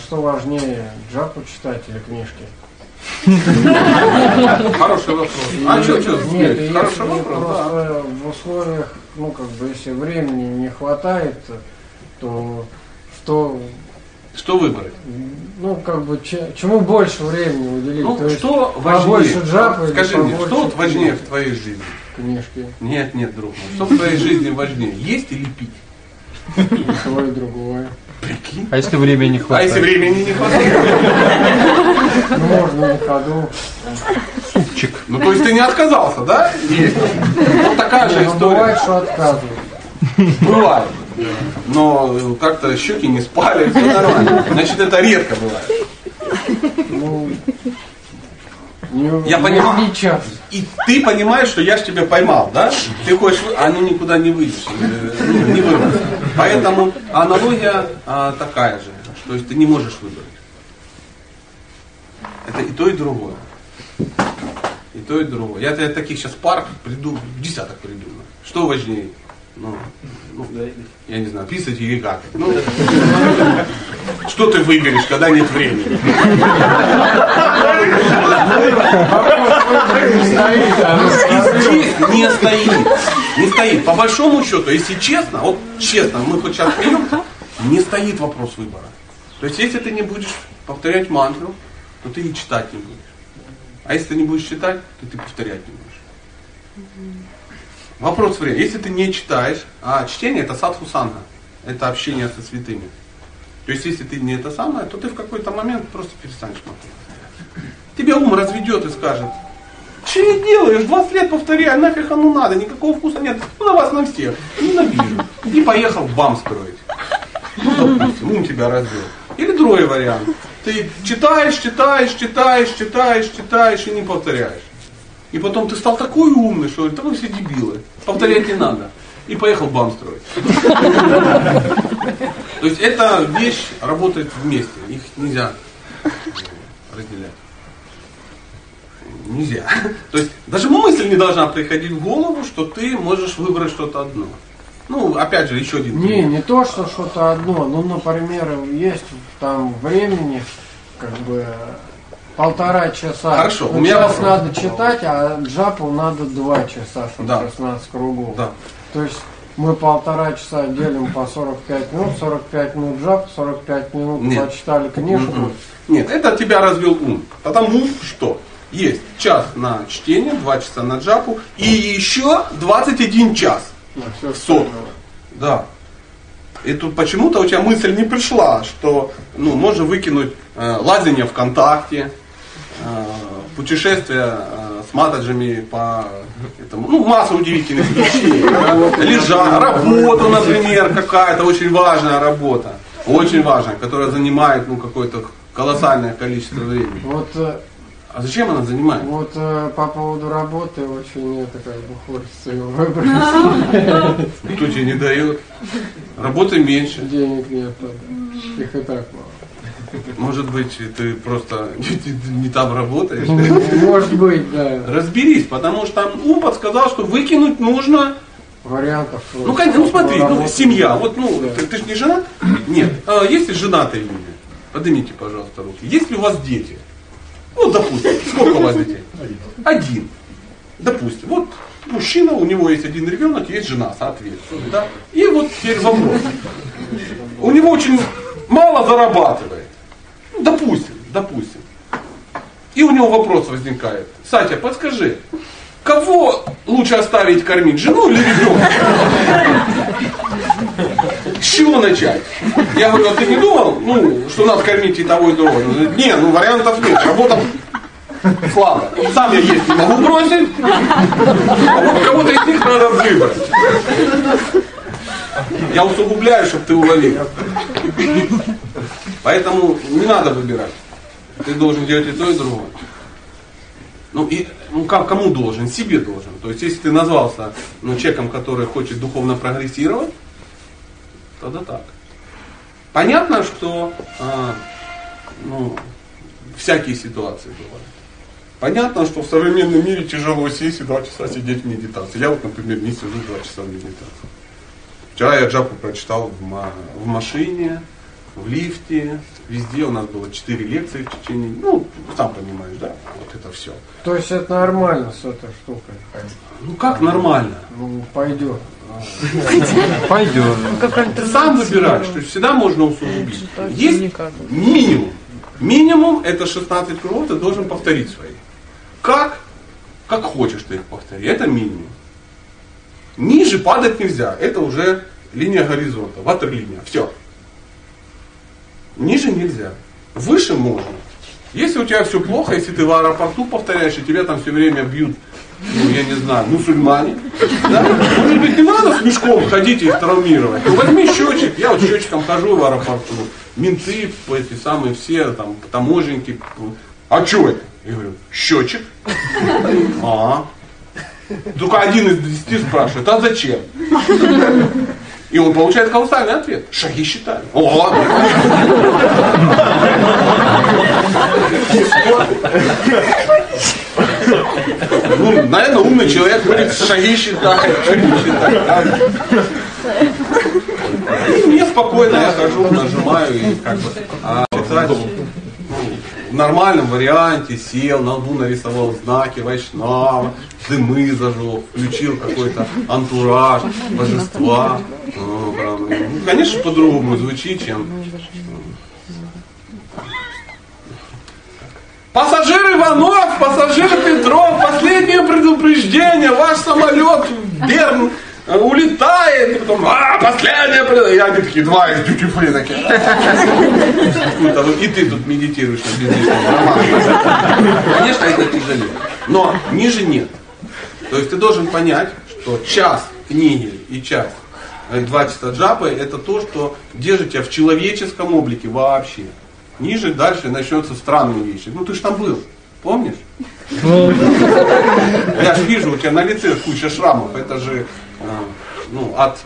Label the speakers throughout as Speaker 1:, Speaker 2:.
Speaker 1: что важнее, джапу читать или книжки?
Speaker 2: Хороший вопрос. А что?
Speaker 1: Нет,
Speaker 2: Хороший вопрос,
Speaker 1: просто в условиях, ну как бы, если времени не хватает, то
Speaker 2: что выбрать?
Speaker 1: Ну, как бы, чему больше времени уделить?
Speaker 2: Ну,
Speaker 1: то
Speaker 2: что
Speaker 1: есть,
Speaker 2: важнее?
Speaker 1: Побольше джапа
Speaker 2: Скажи
Speaker 1: или
Speaker 2: мне,
Speaker 1: побольше
Speaker 2: что вот важнее в твоей жизни?
Speaker 1: Книжки.
Speaker 2: Нет, друг мой. Что в твоей жизни важнее? Есть или пить?
Speaker 1: И то, и другое.
Speaker 2: Прикинь.
Speaker 3: А если времени не хватает?
Speaker 2: А если времени не хватает?
Speaker 1: Можно на ходу.
Speaker 3: Супчик.
Speaker 2: Ну, то есть ты не отказался, да? Есть. Вот такая же история.
Speaker 1: Бывает, что отказывают.
Speaker 2: Бывает. Но как-то щеки не спали, все нормально. Значит, это редко бывает.
Speaker 1: Ну,
Speaker 2: Я понимаю.
Speaker 1: Не часто.
Speaker 2: И ты понимаешь, что я ж тебя поймал, да? Ты хочешь, никуда не выйдешь, не выбрать. Поэтому аналогия такая же. То есть ты не можешь выбрать. Это и то, и другое. И то, и другое. Я таких сейчас пар десяток придумаю. Что важнее? Я не знаю, писать или какать. Что ты выберешь, когда нет времени? Здесь не стоит. По большому счету, если честно, мы хоть сейчас пьем, не стоит вопрос выбора. То есть, если ты не будешь повторять мантру, то ты и читать не будешь. А если ты не будешь читать, то ты повторять не будешь. Вопрос времени. Если ты не читаешь, а чтение это садху-санга, это общение со святыми. То есть, если ты не это самое, то ты в какой-то момент просто перестанешь смотреть. Тебя ум разведет и скажет: что я делаешь? 20 лет повторяю, нафиг оно надо, никакого вкуса нет. На вас на всех. Ненавижу. И поехал бам строить. Допустим, ум тебя развел. Или другой вариант. Ты читаешь и не повторяешь. И потом ты стал такой умный, что да вы все дебилы. Повторять не надо. И поехал бам строить. То есть эта вещь работает вместе. Их нельзя разделять. Нельзя. То есть даже мысль не должна приходить в голову, что ты можешь выбрать что-то одно. Опять же, еще один пример.
Speaker 1: Не то, что что-то одно. Например, есть там времени, как бы 1,5 часа.
Speaker 2: Хорошо, у меня
Speaker 1: сейчас
Speaker 2: вопрос.
Speaker 1: Надо читать, а джапу надо 2 часа, чтобы
Speaker 2: Да.
Speaker 1: 16 кругов.
Speaker 2: Да.
Speaker 1: То есть мы 1,5 часа делим по 45 минут, 45 минут джап, 45 минут почитали книжку.
Speaker 2: Нет, это тебя развел ум. Потому что есть час на чтение, 2 часа на джапу и еще 21 час.
Speaker 1: Все
Speaker 2: сот. Да. И тут почему-то у тебя мысль не пришла, что можно выкинуть лазание ВКонтакте, путешествие с матаджами по этому, масса удивительных вещей. Работу, например, какая-то очень важная работа. Очень важная, которая занимает какое-то колоссальное количество времени. А зачем она занимает?
Speaker 1: По поводу работы очень хочется его выбрать.
Speaker 2: Кто тебе не дает? Работы меньше.
Speaker 1: Денег нет, их и так мало.
Speaker 2: Может быть, ты просто не там работаешь?
Speaker 1: Может быть, да.
Speaker 2: Разберись, потому что там ум подсказал, что выкинуть нужно.
Speaker 1: Вариантов.
Speaker 2: Смотри, семья. Ты же не женат? Нет. Есть ли женатые люди? Поднимите, пожалуйста, руки. Есть ли у вас дети? Допустим, сколько у вас детей? Один. Допустим, мужчина, у него есть один ребенок, есть жена, соответственно. Да? И теперь вопрос. У него очень мало зарабатывает. Допустим. И у него вопрос возникает. Сатя, подскажи, кого лучше оставить кормить, жену или ребенка? С чего начать? Я говорю: а ты не думал, что надо кормить и того, и другого? Он говорит: не, вариантов нет, работа слабо. Сам я есть не могу бросить, а кого-то из них надо выбрать. Я усугубляю, чтобы ты уловил. Поэтому не надо выбирать. Ты должен делать и то, и другое. Кому должен? Себе должен. То есть, если ты назвался человеком, который хочет духовно прогрессировать, тогда так. Понятно, что всякие ситуации бывают. Понятно, что в современном мире тяжело сесть и 2 часа сидеть в медитации. Я например, не сижу 2 часа в медитации. Вчера я джапу прочитал в машине, в лифте, везде у нас было 4 лекции в течение, ну, сам понимаешь, да, вот это все.
Speaker 1: То есть это нормально с этой штукой?
Speaker 2: Ну как нормально?
Speaker 1: Ну, пойдет.
Speaker 3: Пойдет.
Speaker 2: Ты сам выбираешь, то есть всегда можно усугубить. Есть минимум. Минимум это 16 кругов, ты должен повторить свои. Как хочешь ты их повтори, это минимум. Ниже падать нельзя, это уже линия горизонта, ватерлиния, все. Ниже нельзя, выше можно. Если у тебя все плохо, если ты в аэропорту повторяешь, и тебя там все время бьют, ну, я не знаю, мусульмане, да? Может быть, не надо с мешком ходить и их травмировать. Ну, возьми счетчик, я вот счетчиком хожу в аэропорту, менты, эти самые все, там, таможенники. А что это? Я говорю, счетчик. Только 1 из 10 спрашивает, а зачем? И он получает колоссальный ответ. Шаги считали. О, ну, наверное, умный человек будет шаги считать. И мне спокойно, я хожу, нажимаю и как бы читать. В нормальном варианте сел, на лбу нарисовал знаки Вайшнава, дымы зажег, включил какой-то антураж, божества. Ну, конечно, по-другому звучит, чем... Пассажир Иванов, пассажир Петров, последнее предупреждение, ваш самолет Берн улетает, и потом, последнее предупреждение. И они такие, 2 из дьюти-фри такие. И ты тут медитируешь на безличном романе. Конечно, это тяжелее. Но ниже нет. То есть ты должен понять, что час книги и час 2 часа джапы это то, что держит тебя в человеческом облике вообще. Ниже дальше начнутся странные вещи. Ну ты ж там был, помнишь? Я же вижу, у тебя на лице куча шрамов. Это же от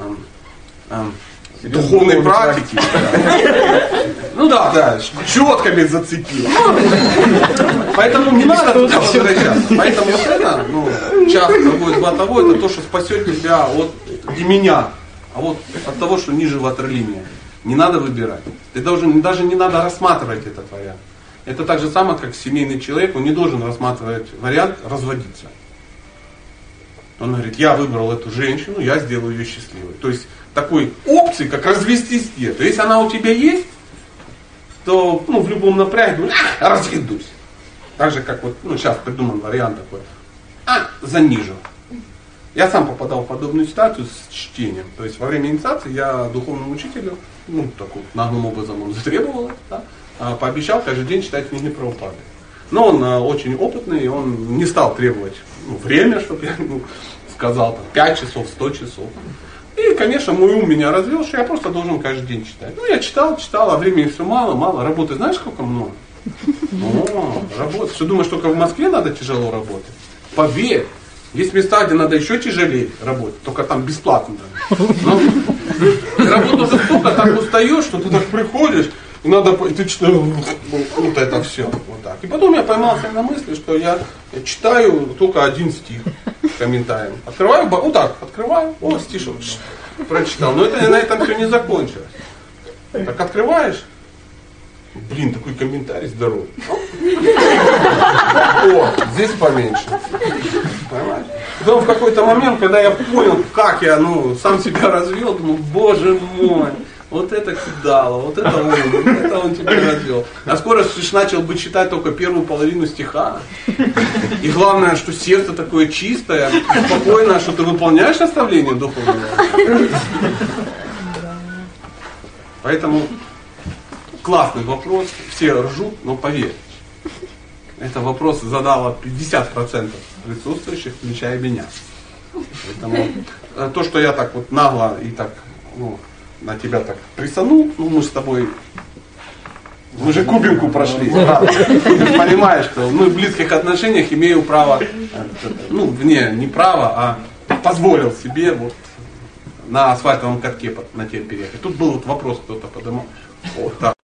Speaker 2: духовной практики. Ну да, четками зацепил. Поэтому не надо туда возвращаться. Поэтому вот это, час того и 2 того, это то, что спасет тебя от не меня, а вот от того, что ниже ватерлиния. Не надо выбирать. Ты должен, даже не надо рассматривать этот вариант. Это так же самое, как семейный человек, он не должен рассматривать вариант разводиться. Он говорит, я выбрал эту женщину, я сделаю ее счастливой. То есть такой опции, как развестись, нет. То есть если она у тебя есть, то в любом напряге, разведусь. Так же, как вот, сейчас придуман вариант такой, занижу. Я сам попадал в подобную ситуацию с чтением. То есть во время инициации я духовному учителю, так вот, наглым образом он затребовал это, да, пообещал каждый день читать книги Прабхупады. Но он очень опытный, он не стал требовать время, чтобы я сказал, 5 часов, 100 часов. И, конечно, мой ум меня развел, что я просто должен каждый день читать. Я читал, а времени все мало. Работы знаешь, сколько много? Работы. Что думаешь, только в Москве надо тяжело работать? Поверь. Есть места, где надо еще тяжелее работать, только там бесплатно. Ты работу за столько, так устаешь, что ты так приходишь, и надо, и ты читаешь, вот это все. Вот так. И потом я поймался на мысли, что я читаю только 1 стих комментарием. Открываю, открываю, стишок прочитал. Но это на этом все не закончилось. Так открываешь, такой комментарий здоровый. Здесь поменьше. Понимаешь? Потом в какой-то момент, когда я понял, как я сам себя развел, думаю, боже мой, вот это кидало, вот это он тебя развел. А скоро начал бы читать только первую половину стиха. И главное, что сердце такое чистое, спокойное, что ты выполняешь наставление духовного. Поэтому классный вопрос, все ржут, но поверь, это вопрос задало 50% присутствующих, включая меня. Поэтому то, что я так вот нагло и так на тебя так присанул, мы с тобой, мы же кубинку прошли. Ты понимаешь, что мы в близких отношениях имею право, не право, а позволил себе на асфальтовом катке на тебе переехать. Тут был вопрос, кто-то подумал. Вот так.